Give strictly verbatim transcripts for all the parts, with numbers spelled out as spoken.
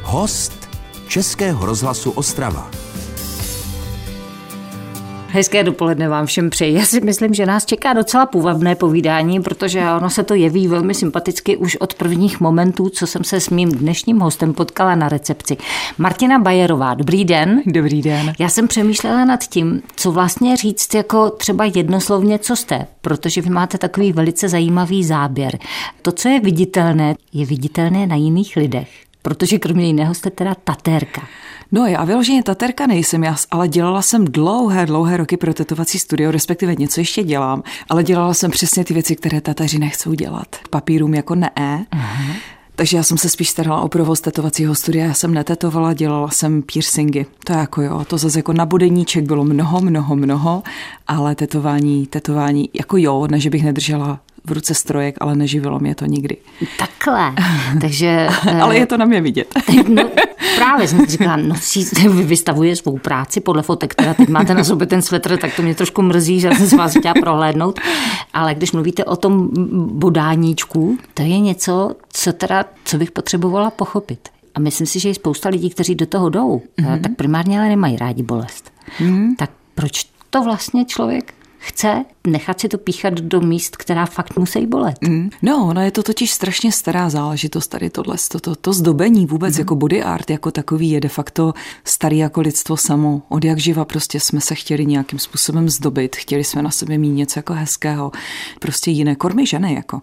Host Českého rozhlasu Ostrava. Hezké dopoledne vám všem přeji. Já si myslím, že nás čeká docela půvabné povídání, protože ono se to jeví velmi sympaticky už od prvních momentů, co jsem se s mým dnešním hostem potkala na recepci. Martina Bajerová, dobrý den. Dobrý den. Já jsem přemýšlela nad tím, co vlastně říct jako třeba jednoslovně, co jste, protože vy máte takový velice zajímavý záběr. To, co je viditelné, je viditelné na jiných lidech, protože kromě jiného jste teda tatérka. No já vyloženě tatérka nejsem, já, ale dělala jsem dlouhé, dlouhé roky pro tetovací studio, respektive něco ještě dělám, ale dělala jsem přesně ty věci, které tataři nechcou dělat. Papírům jako ne. Uh-huh. Takže já jsem se spíš starala o provoz tetovacího studia, já jsem netetovala, dělala jsem piercingy. To je jako jo, to zase jako na budeníček bylo mnoho, mnoho, mnoho, ale tetování, tetování, jako jo, ne, že bych nedržela v ruce strojek, ale neživilo mě to nikdy. Takhle, takže... Ale je to na mě vidět. No, právě jsem si říkala, no si vystavuje svou práci podle fotek, teda teď máte na sobě ten svetr, tak to mě trošku mrzí, že jsem se vás chtěla prohlédnout, ale když mluvíte o tom bodáníčku, to je něco, co teda, co bych potřebovala pochopit. A myslím si, že je spousta lidí, kteří do toho jdou, mm-hmm. tak primárně ale nemají rádi bolest. Mm-hmm. Tak proč to vlastně člověk chce nechat si to píchat do míst, která fakt musí bolet. Mm. No, no je to totiž strašně stará záležitost tady tohle. To, to, to zdobení vůbec mm. jako body art jako takový je de facto starý jako lidstvo samo. Od jak živa prostě jsme se chtěli nějakým způsobem zdobit. Chtěli jsme na sebe mít něco jako hezkého. Prostě jiné kormy ženy jako.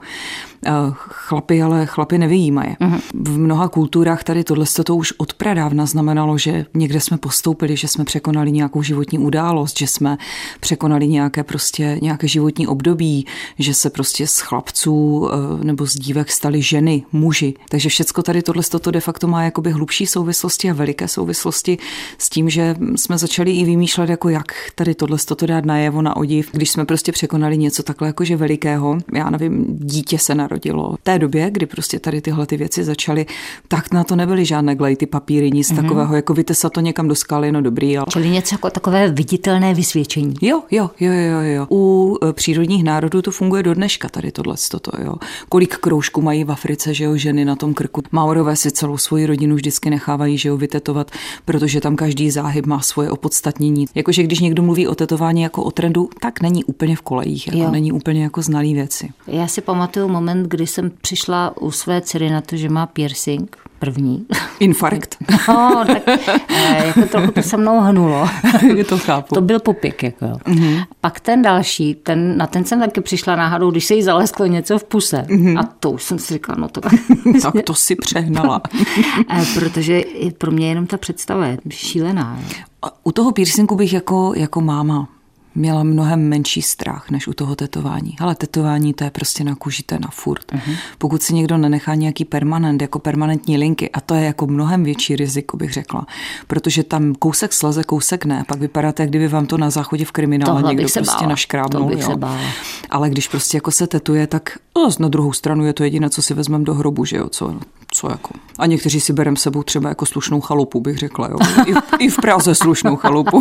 Chlapi, ale chlapi nevyjímají. Mm. V mnoha kulturách tady tohle to už od pradávna znamenalo, že někde jsme postoupili, že jsme překonali nějakou životní událost, že jsme překonali nějaké prostě nějaké životní období, že se prostě z chlapců nebo z dívek staly ženy, muži. Takže všecko tady tohle toto de facto má jakoby hlubší souvislosti a veliké souvislosti s tím, že jsme začali i vymýšlet, jako jak tady tohle toto dát najevo na odiv, když jsme prostě překonali něco takhle jakože velikého. Já nevím, dítě se narodilo. V té době, kdy prostě tady tyhle ty věci začaly, tak na to nebyly žádné glejty papíry, nic mm-hmm. takového, jako vytesat to někam do skaly, no dobrý. Ale... Čili něco jako takové viditelné vysvědčení. Jo, jo, jo, jo, jo. U přírodních národů to funguje do dneška tady tohle toto, jo. Kolik kroužků mají v Africe, že jo, ženy na tom krku. Maorové si celou svoji rodinu vždycky nechávají, že jo, vytetovat, protože tam každý záhyb má svoje opodstatnění. Jakože když někdo mluví o tetování jako o trendu, tak není úplně v kolejích, jako není úplně jako znalý věci. Já si pamatuju moment, kdy jsem přišla u své dcery na to, že má piercing. První. Infarkt. No, tak jako trochu to se mnou hnulo. Je to chápu. To byl popik. Jako. Mm-hmm. Pak ten další, ten, na ten jsem taky přišla náhodou, když se jí zalesklo něco v puse. Mm-hmm. A to už jsem si říkala, no to... Tak to si přehnala. Protože pro mě jenom ta představa je šílená. U toho piercingu bych jako, jako máma měla mnohem menší strach než u toho tetování. Ale tetování to je prostě na kůži, to je na furt. Uh-huh. Pokud si někdo nenechá nějaký permanent, jako permanentní linky, a to je jako mnohem větší riziko, bych řekla. Protože tam kousek sleze, kousek ne. Pak vypadáte, jak kdyby vám to na záchodě v kriminále Tohle někdo prostě bála. naškrábnul. To bych se bála. Ale když prostě jako se tetuje, tak no, na druhou stranu je to jediné, co si vezmeme do hrobu, že jo, co, co jako. A někteří si bereme sebou třeba jako slušnou chalupu, bych řekla, jo. I, I v Praze slušnou chalupu.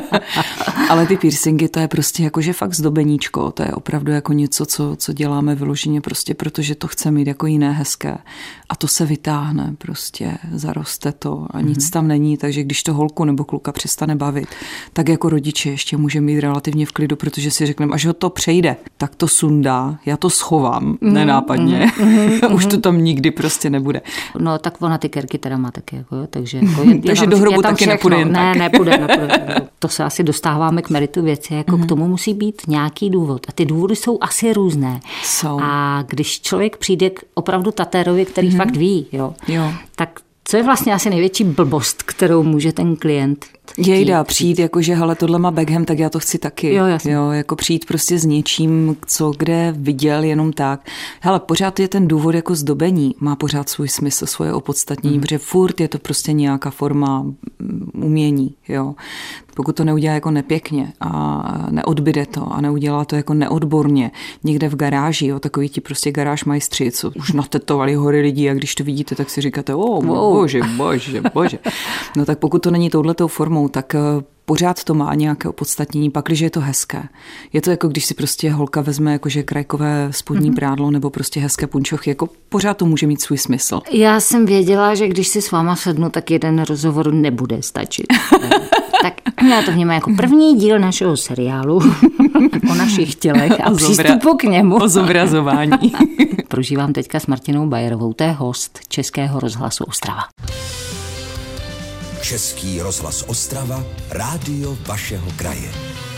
Ale ty piercingy, to je prostě jakože fakt zdobeníčko, to je opravdu jako něco, co, co děláme vyloženě prostě, protože to chce mít jako jiné hezké. A to se vytáhne prostě, zaroste to a nic mm-hmm. tam není, takže když to holku nebo kluka přestane bavit, tak jako rodiče ještě může mít relativně v klidu, protože si řekneme, až ho to přejde, tak to sundá, já to schovám mm-hmm. nenápadně. Mm-hmm. Už to tam nikdy prostě nebude. No tak ona ty kerky teda má taky, jako, takže jako je, takže je do hrobu taky všechno. nepůjde jen ne, tak. nepůjde, nepůjde. To se asi dostáváme k meritu věci, jako mm-hmm. k tomu musí být nějaký důvod. A ty důvody jsou asi různé. Jsou. A když člověk přijde k opravdu tatérovi, který mm-hmm. fakt ví, jo, jo. tak co je vlastně asi největší blbost, kterou může ten klient Jejda, přijít jako, že hele, tohle má Beckham, tak já to chci taky. Jo, jasně. Jo, jako přijít prostě s něčím, co kde viděl jenom tak. Hele, pořád je ten důvod jako zdobení, má pořád svůj smysl, svoje opodstatnění, mm. protože furt je to prostě nějaká forma umění, jo. Pokud to neudělá jako nepěkně a neodbyde to a neudělá to jako neodborně, někde v garáži, jo, takový ti prostě garáž majstři, co už natetovali hory lidí a když to vidíte, tak si říkáte, o oh, bože, bože, bože. No tak pokud to není touhletou formou, tak pořád to má nějaké opodstatnění, pakliže je to hezké. Je to jako když si prostě holka vezme jakože krajkové spodní mm-hmm. prádlo nebo prostě hezké punčochy, jako pořád to může mít svůj smysl. Já jsem věděla, že když si s váma sednu, tak jeden rozhovor nebude stačit. Tak já to vnímám jako první díl našeho seriálu o našich tělech a přístupu k němu. O zobrazování. Prožívám teďka s Martinou Bayerovou, to je host Českého rozhlasu Ostrava. Český rozhlas Ostrava, rádio vašeho kraje.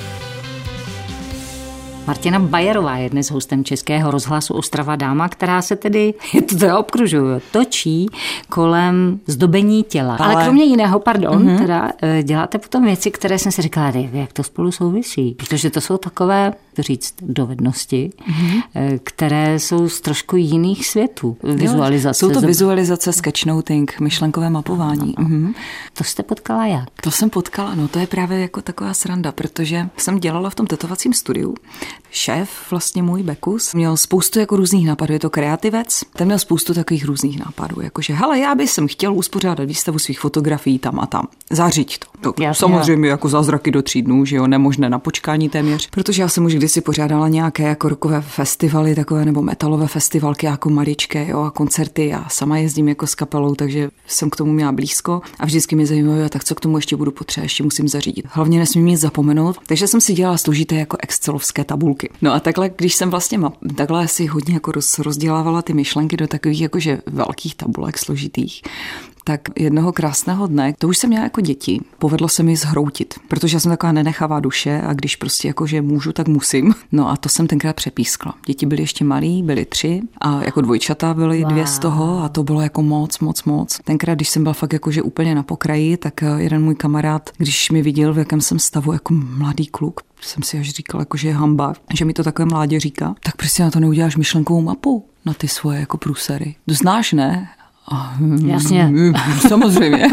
Martina Bayerová je dnes hostem Českého rozhlasu Ostrava, dáma, která se tedy, je to teda obkružuju, točí kolem zdobení těla. Ale, Ale kromě jiného, pardon, mm-hmm. teda děláte potom věci, které jsem si říkala, jak to spolu souvisí. Protože to jsou takové, to říct, dovednosti, mm-hmm. které jsou z trošku jiných světů. Vizualizace. Jsou to vizualizace, sketchnoting, myšlenkové mapování. Mm-hmm. To jste potkala jak? To jsem potkala, no to je právě jako taková sranda, protože jsem dělala v tom tetovacím studiu. Šéf, vlastně můj Bekus, měl spoustu jako různých nápadů, je to kreativec, ten měl spoustu takových různých nápadů, jakože hele, já bych jsem chtěl uspořádat výstavu svých fotografií tam a tam, zařiď to. to samozřejmě jako zázraky do tří dnů, že jo, nemožné na počkání téměř, protože já jsem už kdysi pořádala nějaké jako rokové festivaly, takové nebo metalové festivalky jako maličké, jo, a koncerty, já sama jezdím jako s kapelou, takže jsem k tomu měla blízko a vždycky mě zajímalo, tak co k tomu ještě budu potřebovat, ještě musím zařídit. Hlavně nesmím nic zapomenout, takže jsem si dělala složité jako excelovské tabulky. No a takhle, když jsem vlastně takhle si hodně jako roz, rozdělávala ty myšlenky do takových jakože velkých tabulek složitých, tak jednoho krásného dne, to už jsem měla jako děti, povedlo se mi zhroutit, protože já jsem taková nenechavá duše a když prostě jakože můžu, tak musím. No a to jsem tenkrát přepískla. Děti byly ještě malí, byly tři a jako dvojčata byly wow. dvě z toho a to bylo jako moc, moc, moc. Tenkrát, když jsem byla fakt jakože úplně na pokraji, tak jeden můj kamarád, když mi viděl, v jakém jsem stavu jako mladý kluk, jsem si až říkala, jako, že je hamba, že mi to takové mládě říká, tak prostě na to neuděláš myšlenkovou mapu na ty svoje jako průsery. To znáš, ne? A, Jasně. Samozřejmě.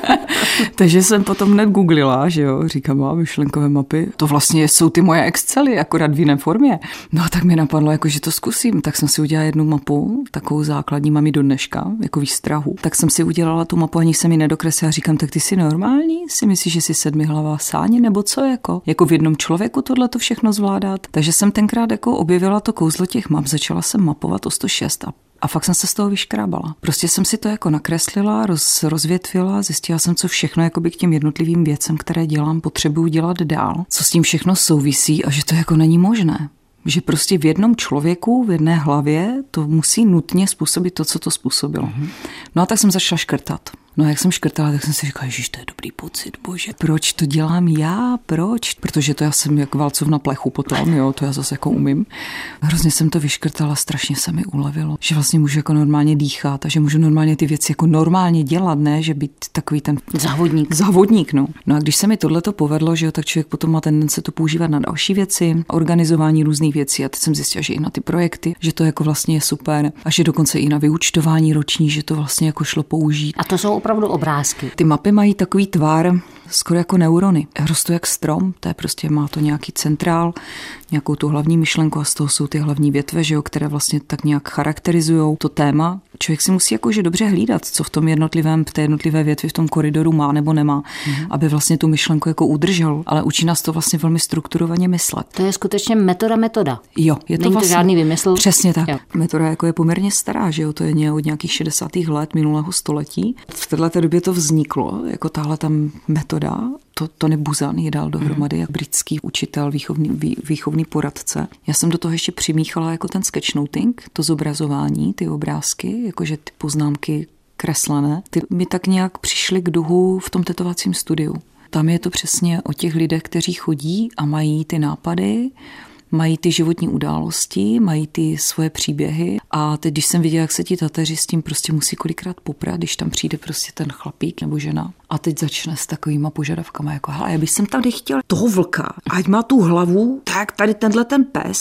Takže jsem potom hned googlila, že jo, říkám, má myšlenkové mapy. To vlastně jsou ty moje Excely, akorát v jiné formě. No a tak mi napadlo, jako, že to zkusím. Tak jsem si udělala jednu mapu, takovou základní, mám ji do dneška, jako výstrahu. Tak jsem si udělala tu mapu, ani se mi nedokreslila. Říkám, tak ty jsi normální? Si myslíš, že jsi sedmihlavá sáně, nebo co? Jako, jako v jednom člověku tohle to všechno zvládat? Takže jsem tenkrát jako objevila to kouzlo těch map, začala jsem mapovat o sto šest a A fakt jsem se z toho vyškrábala. Prostě jsem si to jako nakreslila, roz, rozvětvila, zjistila jsem, co všechno jakoby k těm jednotlivým věcem, které dělám, potřebuju dělat dál, co s tím všechno souvisí a že to jako není možné. Že prostě v jednom člověku, v jedné hlavě to musí nutně způsobit to, co to způsobilo. Mm-hmm. No a tak jsem začala škrtat. No a jak jsem škrtala, tak jsem si říkala, ježiš, to je dobrý pocit, bože, proč to dělám já, proč? Protože to já jsem jak válcovna plechu potom, jo, to já zase jako umím. Hrozně jsem to vyškrtala, strašně se mi ulevilo, že vlastně můžu jako normálně dýchat a že můžu normálně ty věci jako normálně dělat, ne, že být takový ten závodník. Závodník, no. No a když se mi tohle to povedlo, že jo, tak člověk potom má tendence to používat na další věci, organizování různých věcí a teď jsem zjistila, že i na ty projekty, že to jako vlastně je super a že dokonce i na vyúčtování roční, že to vlastně jako šlo použít. A to jsou opravdu obrázky. Ty mapy mají takový tvar, skoro jako neurony. Rostou jak strom, to je prostě, má to nějaký centrál, nějakou tu hlavní myšlenku a z toho jsou ty hlavní větve, že jo, které vlastně tak nějak charakterizují to téma. Člověk si musí jakože dobře hlídat, co v tom jednotlivém, v té jednotlivé větvi v tom koridoru má nebo nemá, mm-hmm. aby vlastně tu myšlenku jako udržel, ale učí nás to vlastně velmi strukturovaně myslet. To je skutečně metoda metoda. Jo, je to Není vlastně to žádný vymysl. Přesně tak. Jo. Metoda jako je poměrně stará, že jo, to je od nějakých šedesátých let minulého století. V této době to vzniklo, jako tahle tam metoda. To Tony Buzan ji dal dohromady jako britský učitel, výchovný, vý, výchovný poradce. Já jsem do toho ještě přimíchala jako ten sketchnoting, to zobrazování, ty obrázky, jakože ty poznámky kreslené. Ty mi tak nějak přišly k duhu v tom tetovacím studiu. Tam je to přesně o těch lidech, kteří chodí a mají ty nápady, mají ty životní události, mají ty svoje příběhy a teď, když jsem viděla, jak se ti tateři s tím prostě musí kolikrát poprat, když tam přijde prostě ten chlapík nebo žena a teď začne s takovýma požadavkama, jako hele, já bych jsem tady chtěl toho vlka, ať má tu hlavu, tak tady tenhle ten pes,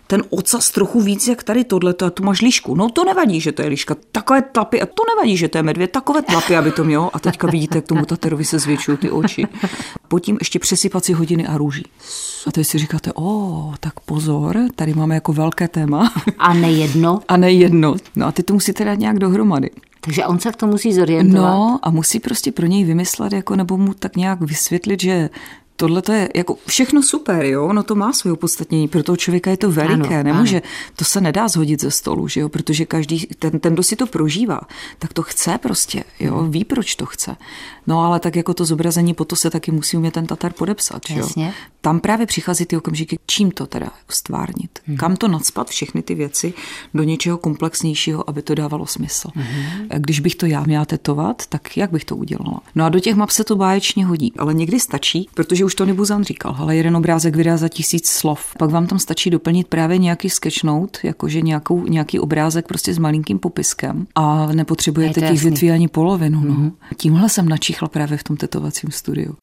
ten ocas trochu víc, jak tady tohleto, a tu máš lišku. No to nevadí, že to je liška. Takové tlapy, a to nevadí, že to je medvěd. Takové tlapy, aby to mělo. A teďka vidíte, jak tomu taterovi se zvětšují ty oči. Potím ještě přesypat si hodiny a růží. A teď si říkáte, o, tak pozor, tady máme jako velké téma. A nejedno. A nejedno. No a ty to musíte dát nějak dohromady. Takže on se v tom musí zorientovat. No a musí prostě pro něj vymyslet, jako, nebo mu tak nějak vysvětlit, že tohle to je jako všechno super, jo, no to má svoje opodstatnění, pro toho člověka je to veliké, ano, nemůže, ano. To se nedá zhodit ze stolu, že jo, protože každý, ten, ten, kdo si to prožívá, tak to chce prostě, jo, ví, proč to chce. No ale tak jako to zobrazení, po to se taky musí umět ten Tatar podepsat, že jo. Jasně. Tam právě přichází ty okamžiky, čím to teda stvárnit, hmm. kam to nacpat všechny ty věci do něčeho komplexnějšího, aby to dávalo smysl. Hmm. Když bych to já měla tetovat, tak jak bych to udělala? No a do těch map se to báječně hodí, ale někdy stačí, protože už Tony Buzan říkal, ale jeden obrázek vydá za tisíc slov. Pak vám tam stačí doplnit právě nějaký sketchnote, jakože nějakou, nějaký obrázek prostě s malinkým popiskem a nepotřebujete těch větví ani polovinu. Mm-hmm. No. Tímhle jsem načíchla právě v tom tetovacím studiu.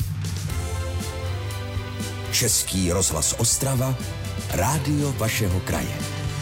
Český rozhlas Ostrava, rádio vašeho kraje.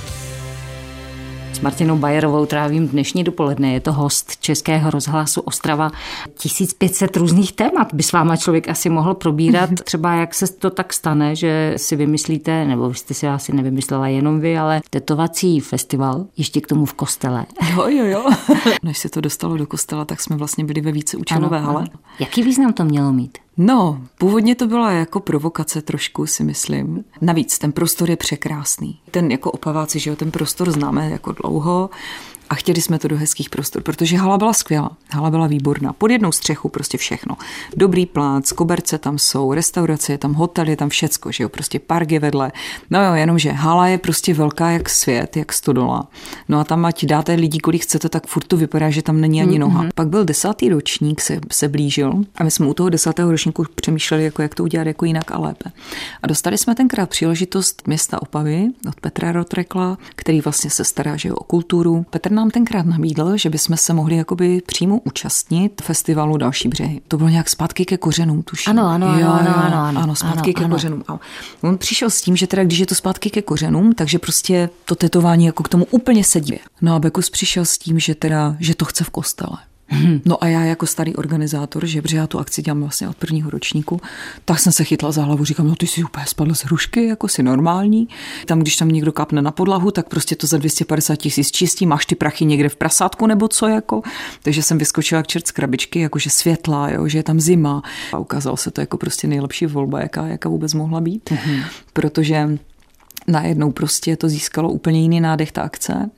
S Martinou Bajerovou trávím dnešní dopoledne. Je to host Českého rozhlasu Ostrava. tisíc pět set různých témat by s váma člověk asi mohl probírat. Třeba jak se to tak stane, že si vymyslíte, nebo vy jste si asi nevymyslela jenom vy, ale tetovací festival, ještě k tomu v kostele. Jo, jo, jo. Než se to dostalo do kostela, tak jsme vlastně byli ve víceúčelové hale. Jaký význam to mělo mít? No, původně to byla jako provokace trošku, si myslím. Navíc ten prostor je překrásný. Ten jako Opaváci, že jo, ten prostor známe jako dlouho a chtěli jsme to do hezkých prostor, protože hala byla skvělá, hala byla výborná. Pod jednou střechu prostě všechno. Dobrý plác, koberce tam jsou, restaurace je tam, hotel je tam všecko, že jo, prostě park je vedle. No jo, jenomže hala je prostě velká jak svět, jak stodola. No a tam ať dáte lidí, kolik chcete, tak furt to vypadá, že tam není ani noha. Mm-hmm. Pak byl desátý ročník, se, se blížil a my jsme u toho desátého ročníku přemýšleli, jako jak to udělat jako jinak a lépe. A dostali jsme tenkrát příležitost města Opavy od Petra Rotrekla, který vlastně se stará, že jo, o kulturu. Petr nám tenkrát nabídl, že bychom se mohli jakoby přímo účastnit festivalu Další břehy. To bylo nějak zpátky ke kořenům, tuším. Ano, ano, jo, ano, jo, ano, ano, ano, zpátky ano, ke ano. kořenům. A on přišel s tím, že teda když je to zpátky ke kořenům, takže prostě to tetování jako k tomu úplně sedí. No a Bekus přišel s tím, že teda, že to chce v kostele. Hmm. No a já jako starý organizátor, že protože já tu akci dělám vlastně od prvního ročníku, tak jsem se chytla za hlavu, říkám, no ty jsi úplně spadl z hrušky, jako si normální. Tam, když tam někdo kapne na podlahu, tak prostě to za dvě stě padesát tisíc čistí, máš ty prachy někde v prasátku nebo co, jako. Takže jsem vyskočila k čert z krabičky, jakože světla, jo, že je tam zima. A ukázalo se to jako prostě nejlepší volba, jaká, jaká vůbec mohla být, hmm. protože najednou prostě to získalo úplně jiný nádech ta akce.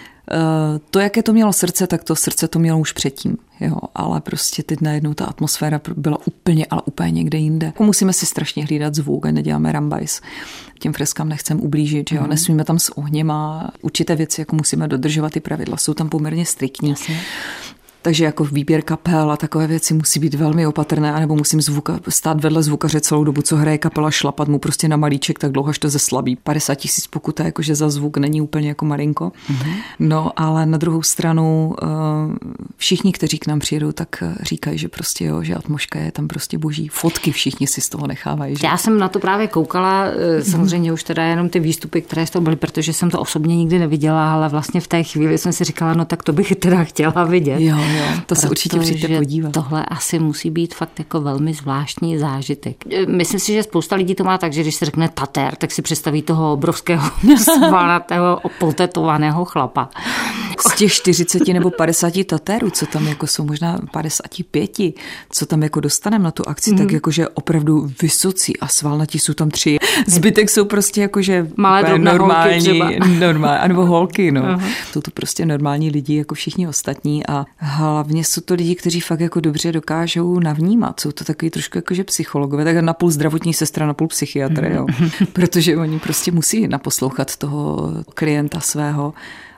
To, jaké to mělo srdce, tak to srdce to mělo už předtím, jo, ale prostě teď najednou ta atmosféra byla úplně, ale úplně někde jinde. Musíme si strašně hlídat zvuk a neděláme rambajs. Těm freskám nechcem ublížit, že jo, mm. nesmíme tam s ohněma, určité věci, jako musíme dodržovat ty pravidla, jsou tam poměrně striktní. Jasně. Takže jako výběr kapel a takové věci musí být velmi opatrné, anebo musím zvuka, stát vedle zvukaře celou dobu, co hraje kapela, šlapat mu prostě na malíček tak dlouho, až to zeslabí. padesát tisíc pokuta, jakože za zvuk není úplně jako malinko. Mm-hmm. No, ale na druhou stranu všichni, kteří k nám přijedou, tak říkají, že prostě jo, že atmosféra je tam prostě boží. Fotky všichni si z toho nechávají. Že? Já jsem na to právě koukala, samozřejmě už teda jenom ty výstupy, které z toho byly, protože jsem to osobně nikdy neviděla, ale vlastně v té chvíli jsem si říkala, no tak to bych teda chtěla vidět. Jo. Jo, to se určitě přijďte podívat. Tohle asi musí být fakt jako velmi zvláštní zážitek. Myslím si, že spousta lidí to má tak, že když se řekne Tater, tak si představí toho obrovského svalatého, potetovaného chlapa. Z těch čtyřiceti nebo padesáti Taterů, co tam jako jsou, možná padesát pět, co tam jako dostaneme na tu akci, mm. tak jakože opravdu vysocí a svalnatí jsou tam tři. Zbytek jsou prostě jakože malé normální, normální, anebo holky, no. Uh-huh. Jsou to prostě normální lidi, jako všichni ostatní a hlavně jsou to lidi, kteří fakt jako dobře dokážou navnímat. Jsou to takový trošku jakože psychologové, tak napůl zdravotní sestra, napůl psychiatr, jo. Protože oni prostě musí naposlouchat toho klienta svého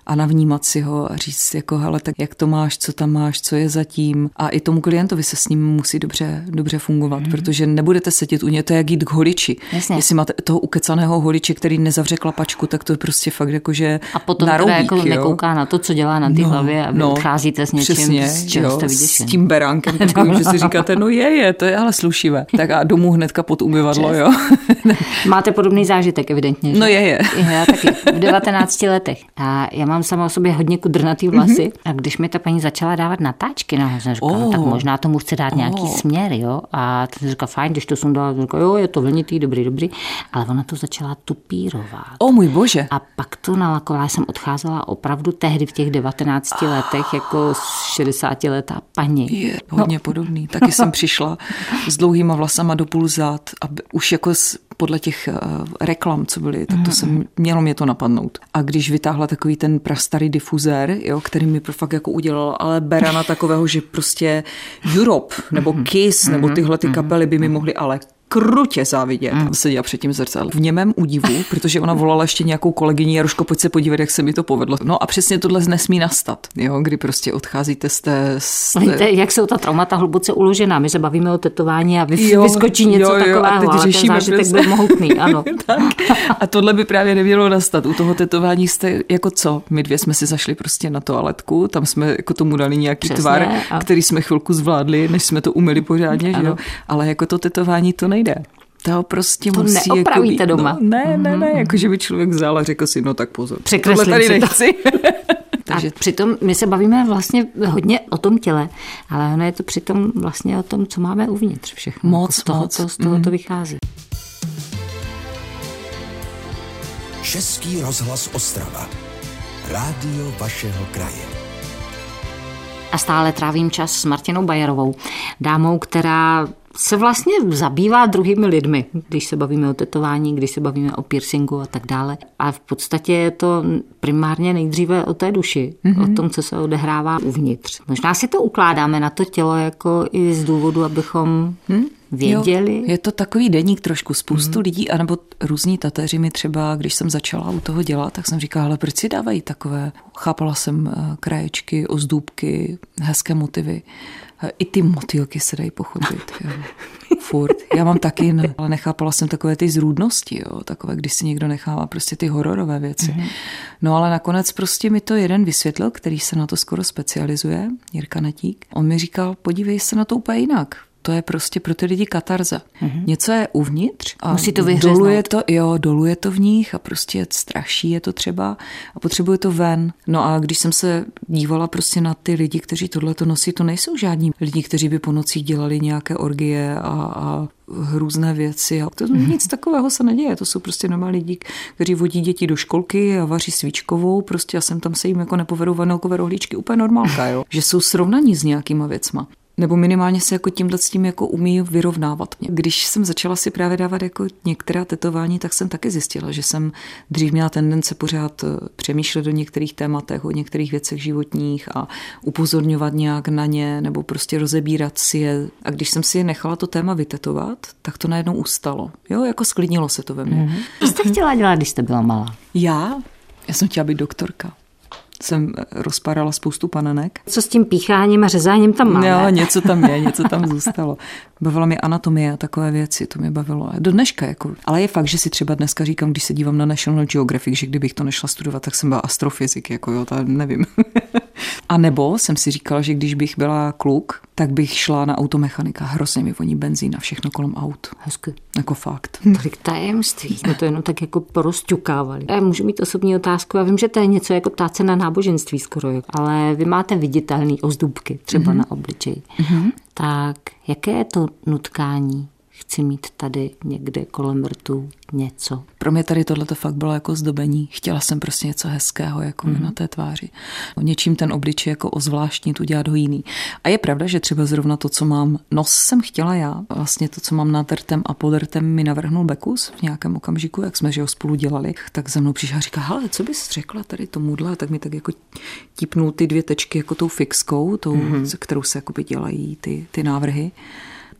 a navnímat si ho a říct jako hele, tak jak to máš, co tam máš, co je zatím a i tomu klientovi se s ním musí dobře, dobře fungovat, mm. protože nebudete sedět u něj, to je jak jít k holiči. Jasně. Jestli máte toho ukecaného holiče, který nezavře klapačku, tak to je prostě fakt jako, že a potom naroubík, teda jako jo? nekouká na to, co dělá na ty no, hlavě a vy no, odcházíte s něčím, přesně, z čeho jste vyděšen. S tím beránkem takovým, že si říkáte, no je, je, to je ale slušivé. Tak a domů hnedka pod umyvadlo, jo. Máte podobný zážitek, evidentně. Že? No je, je. Já taky, v devatenácti letech. A já mám sama o sobě hodně kudrnatý vlasy mm-hmm. a když mi ta paní začala dávat natáčky, no, jsem říkala, oh. tak možná tomu chce dát nějaký oh. směr, jo. A to jsem říkala, fajn, když to sundala, říkala, jo, je to vlnitý, dobrý, dobrý. Ale ona to začala tupírovat. O můj bože. A pak to nalakovala, jsem odcházela opravdu tehdy v těch devatenácti letech jako šedesátiletá paní. Je hodně no. podobný. Taky jsem přišla s dlouhýma vlasama do půl zad a už jako z, podle těch uh, reklam, co byly, tak to mm. jsem, mělo mě to napadnout. A když vytáhla takový ten prastarý difuzér, jo, který mi fakt jako udělal, ale berana takového, že prostě Europe nebo Kiss nebo tyhle ty kapely by mi mohly ale krutě závidět. Mm. Seděla před tím zrcadlem. V němém údivu, protože ona volala ještě nějakou kolegyni, Jaruško, pojď se podívat, jak se mi to povedlo. No a přesně tohle nesmí nastat, jo, kdy prostě odcházíte z té... Z té... Víte, jak jsou ta traumata hluboce uložená. My se bavíme o tetování a vy, jo, vyskočí něco jo, jo, takového. A teď řešíme, ten zážitek byl mohutný, ano. Tak. A tohle by právě nemělo nastat. U toho tetování jste jako co? My dvě jsme si zašli prostě na toaletku, tam jsme jako tomu dali nějaký přesně, tvar, a... který jsme chvilku zvládli, než jsme to umyli pořádně, že jo? Ale jako to tetování to nejde. To prostě to musí neopravíte jako doma. No, ne, ne, ne, jako že by člověk vzal a řekl si, no tak pozor. Překreslím tohle tady si nechci. Takže... A přitom my se bavíme vlastně hodně o tom těle, ale ono je to přitom vlastně o tom, co máme uvnitř všechno. Moc, z toho, moc. To, z toho mm. to vychází. Český rozhlas Ostrava. Rádio vašeho kraje. A stále trávím čas s Martinou Bajerovou, dámou, která se vlastně zabývá druhými lidmi, když se bavíme o tetování, když se bavíme o piercingu a tak dále. A v podstatě je to primárně nejdříve o té duši, mm-hmm. o tom, co se odehrává uvnitř. Možná si to ukládáme na to tělo jako i z důvodu, abychom hmm? věděli. Jo, je to takový deník trošku. Spoustu mm-hmm. lidí, anebo různí tatéři mi třeba, když jsem začala u toho dělat, tak jsem říkala, ale proč si dávají takové? Chápala jsem kraječky, ozdůbky, hezké motivy. I ty motýlky se dají pochopit. Jo. Furt. Já mám taky, ne, ale nechápala jsem takové ty zrůdnosti, jo. Takové, když si někdo nechává prostě ty hororové věci. Mm-hmm. No ale nakonec prostě mi to jeden vysvětlil, který se na to skoro specializuje, Jirka Natík. On mi říkal, podívej se na to úplně jinak. To je prostě pro ty lidi katarza. Mm-hmm. Něco je uvnitř a musí to doluje to, jo, doluje to v nich a prostě straší je to třeba a potřebuje to ven. No a když jsem se dívala prostě na ty lidi, kteří tohle to nosí, to nejsou žádní lidi, kteří by po nocích dělali nějaké orgie a, a hrůzné věci. A to mm-hmm. nic takového se neděje. To jsou prostě normální lidi, kteří vodí děti do školky a vaří svíčkovou, prostě a sem tam se jim jako nepovedou vanilkové rohlíčky, úplně normálka, jo. Že jsou srovnaní s nějakýma věcma. Nebo minimálně se jako tímhle s tím jako umí vyrovnávat. Když jsem začala si právě dávat jako některá tetování, tak jsem taky zjistila, že jsem dřív měla tendence pořád přemýšlet o některých tématech, o některých věcech životních a upozorňovat nějak na ně, nebo prostě rozebírat si je. A když jsem si je nechala to téma vytetovat, tak to najednou ustalo. Jo, jako sklidnilo se to ve mně. Mm-hmm. Co jste chtěla dělat, když jste byla malá? Já? Já jsem chtěla být doktorka. Jsem rozpárala spoustu panenek. Co s tím pícháním a řezáním tam máme? Jo, něco tam je, něco tam zůstalo. Bavila mě anatomie a takové věci, to mě bavilo. Do dneška, jako. Ale je fakt, že si třeba dneska říkám, když se dívám na National Geographic, že kdybych to nešla studovat, tak jsem byla astrofyzik, jako jo, to nevím. A nebo jsem si říkala, že když bych byla kluk, tak bych šla na automechanika. Hrozně mi voní benzín a všechno kolem aut. Hezky. Jako fakt. Tolik tajemství. Jsme to jenom tak jako porozťukávali. Já můžu mít osobní otázku. Já vím, že to je něco jako ptát se na náboženství skoro. Ale vy máte viditelný ozdůbky, třeba mm-hmm. na obličeji. Mm-hmm. Tak jaké je to nutkání? Chci mít tady někde kolem rtů něco. Pro mě tady tohleto fakt bylo jako zdobení. Chtěla jsem prostě něco hezkého jako mm. na té tváři. Něčím ten obličej jako ozvláštnit, udělat ho jiný. A je pravda, že třeba zrovna to, co mám, nos jsem chtěla já, vlastně to, co mám nad rtem a pod rtem mi navrhnul Bekus v nějakém okamžiku, jak jsme že ho spolu dělali, tak za mnou přišel a říká, hele, co bys řekla tady tomuhle, tak mi tak jako tipnul ty dvě tečky jako tou fixkou, tou, mm. kterou se jakoby dělají ty, ty návrhy.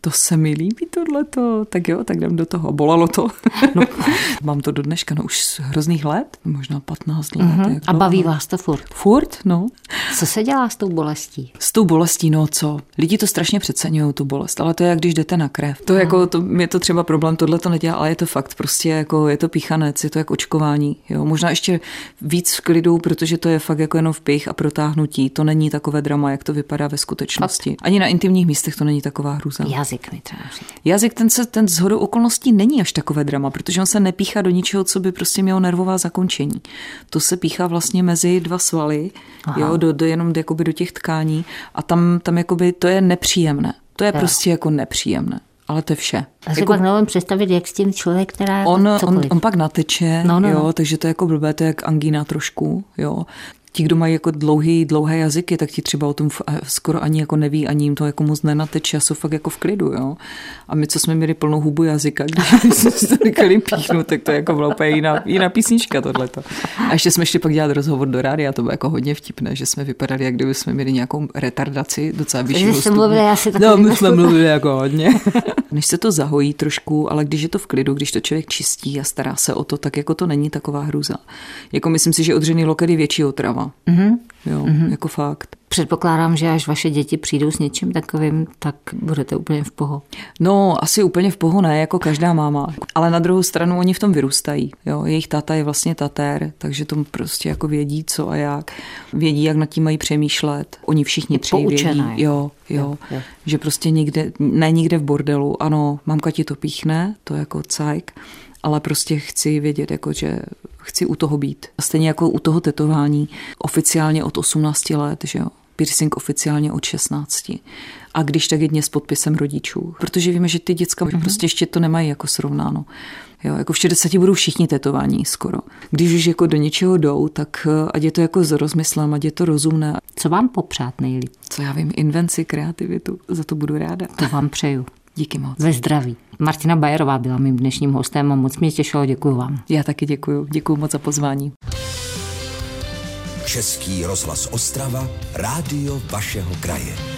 To se mi líbí tohleto. Tak jo, tak jdem do toho. Bolelo to. No. Mám to do dneška, no už z hrozných let, možná patnáct let. Mm-hmm. A baví vás to furt? Furt, no. Co se dělá s tou bolestí? S tou bolestí, no co? Lidi to strašně přeceňují, tu bolest, ale to je jak když jdete na krev. To, jako, to je to třeba problém, tohle to nedělá, ale je to fakt, prostě jako je to píchanec, je to jak očkování. Jo. Možná ještě víc v klidu, protože to je fakt jako jenom vpich a protáhnutí. To není takové drama, jak to vypadá ve skutečnosti. Fakt. Ani na intimních místech to není taková hrůza. Jazyk mi třeba. Jazyk, ten, se, ten shodou okolností není až takové drama, protože on se nepíchá do ničeho, co by prostě mělo nervová zakončení. To se píchá vlastně mezi dva svaly, jo, do, do, jenom jakoby do těch tkání a tam, tam jakoby to je nepříjemné. To je jo. prostě jako nepříjemné. Ale to je vše. Já si jako, pak nevím představit, jak s tím člověk, která on, on, on pak nateče, no, no, jo, no. takže to je jako blbé, to je jak angína trošku, jo. Ti, kdo mají jako dlouhý, dlouhé jazyky, tak ti třeba o tom skoro ani jako neví, ani jim to jako moc nenateče a jsou fakt jako v klidu, jo. A my, co jsme měli plnou hubu jazyka, když jsme se to říkali píchnout, tak to je jako byla úplně jiná, jiná písnička tohleto. A ještě jsme ještě pak dělali rozhovor do rádia, to bylo jako hodně vtipné, že jsme vypadali, jak kdyby jsme měli nějakou retardaci docela vyššího stupně. No, my jsme mluvili jako hodně. Než se to zahojí trošku, ale když je to v klidu, když to člověk čistí a stará se o to, tak jako to není taková hrůza. Jako myslím si, že odřený loket je větší otrava. Mm-hmm. Jo, mm-hmm. jako fakt. Předpokládám, že až vaše děti přijdou s něčím takovým, tak budete úplně v poho. No, asi úplně v poho ne, jako každá máma. Ale na druhou stranu oni v tom vyrůstají. Jo. Jejich táta je vlastně tatér, takže to prostě jako vědí, co a jak. Vědí, jak nad tím mají přemýšlet. Oni všichni tři vědí. Jo, jo, jo, jo. Že prostě nikde, ne nikde v bordelu. Ano, mamka ti to píchne, to je jako cajk. Ale prostě chci vědět, jako, že chci u toho být. Stejně jako u toho tetování oficiálně od osmnácti let, že jo. Piercing oficiálně od šestnácti. A když tak jedně s podpisem rodičů. Protože víme, že ty děcka mm-hmm. prostě ještě to nemají jako srovnáno. Jo, jako v šedesáti budou všichni tetování skoro. Když už jako do něčeho jdou, tak ať je to jako s rozmyslem, ať je to rozumné. Co vám popřát nejlíp? Co já vím, invenci, kreativitu, za to budu ráda. To vám přeju. Díky moc. Ve zdraví. Martina Bajerová byla mým dnešním hostem a moc mě těšilo, děkuji vám. Já taky děkuji. Děkuji moc za pozvání. Český rozhlas Ostrava, rádio vašeho kraje.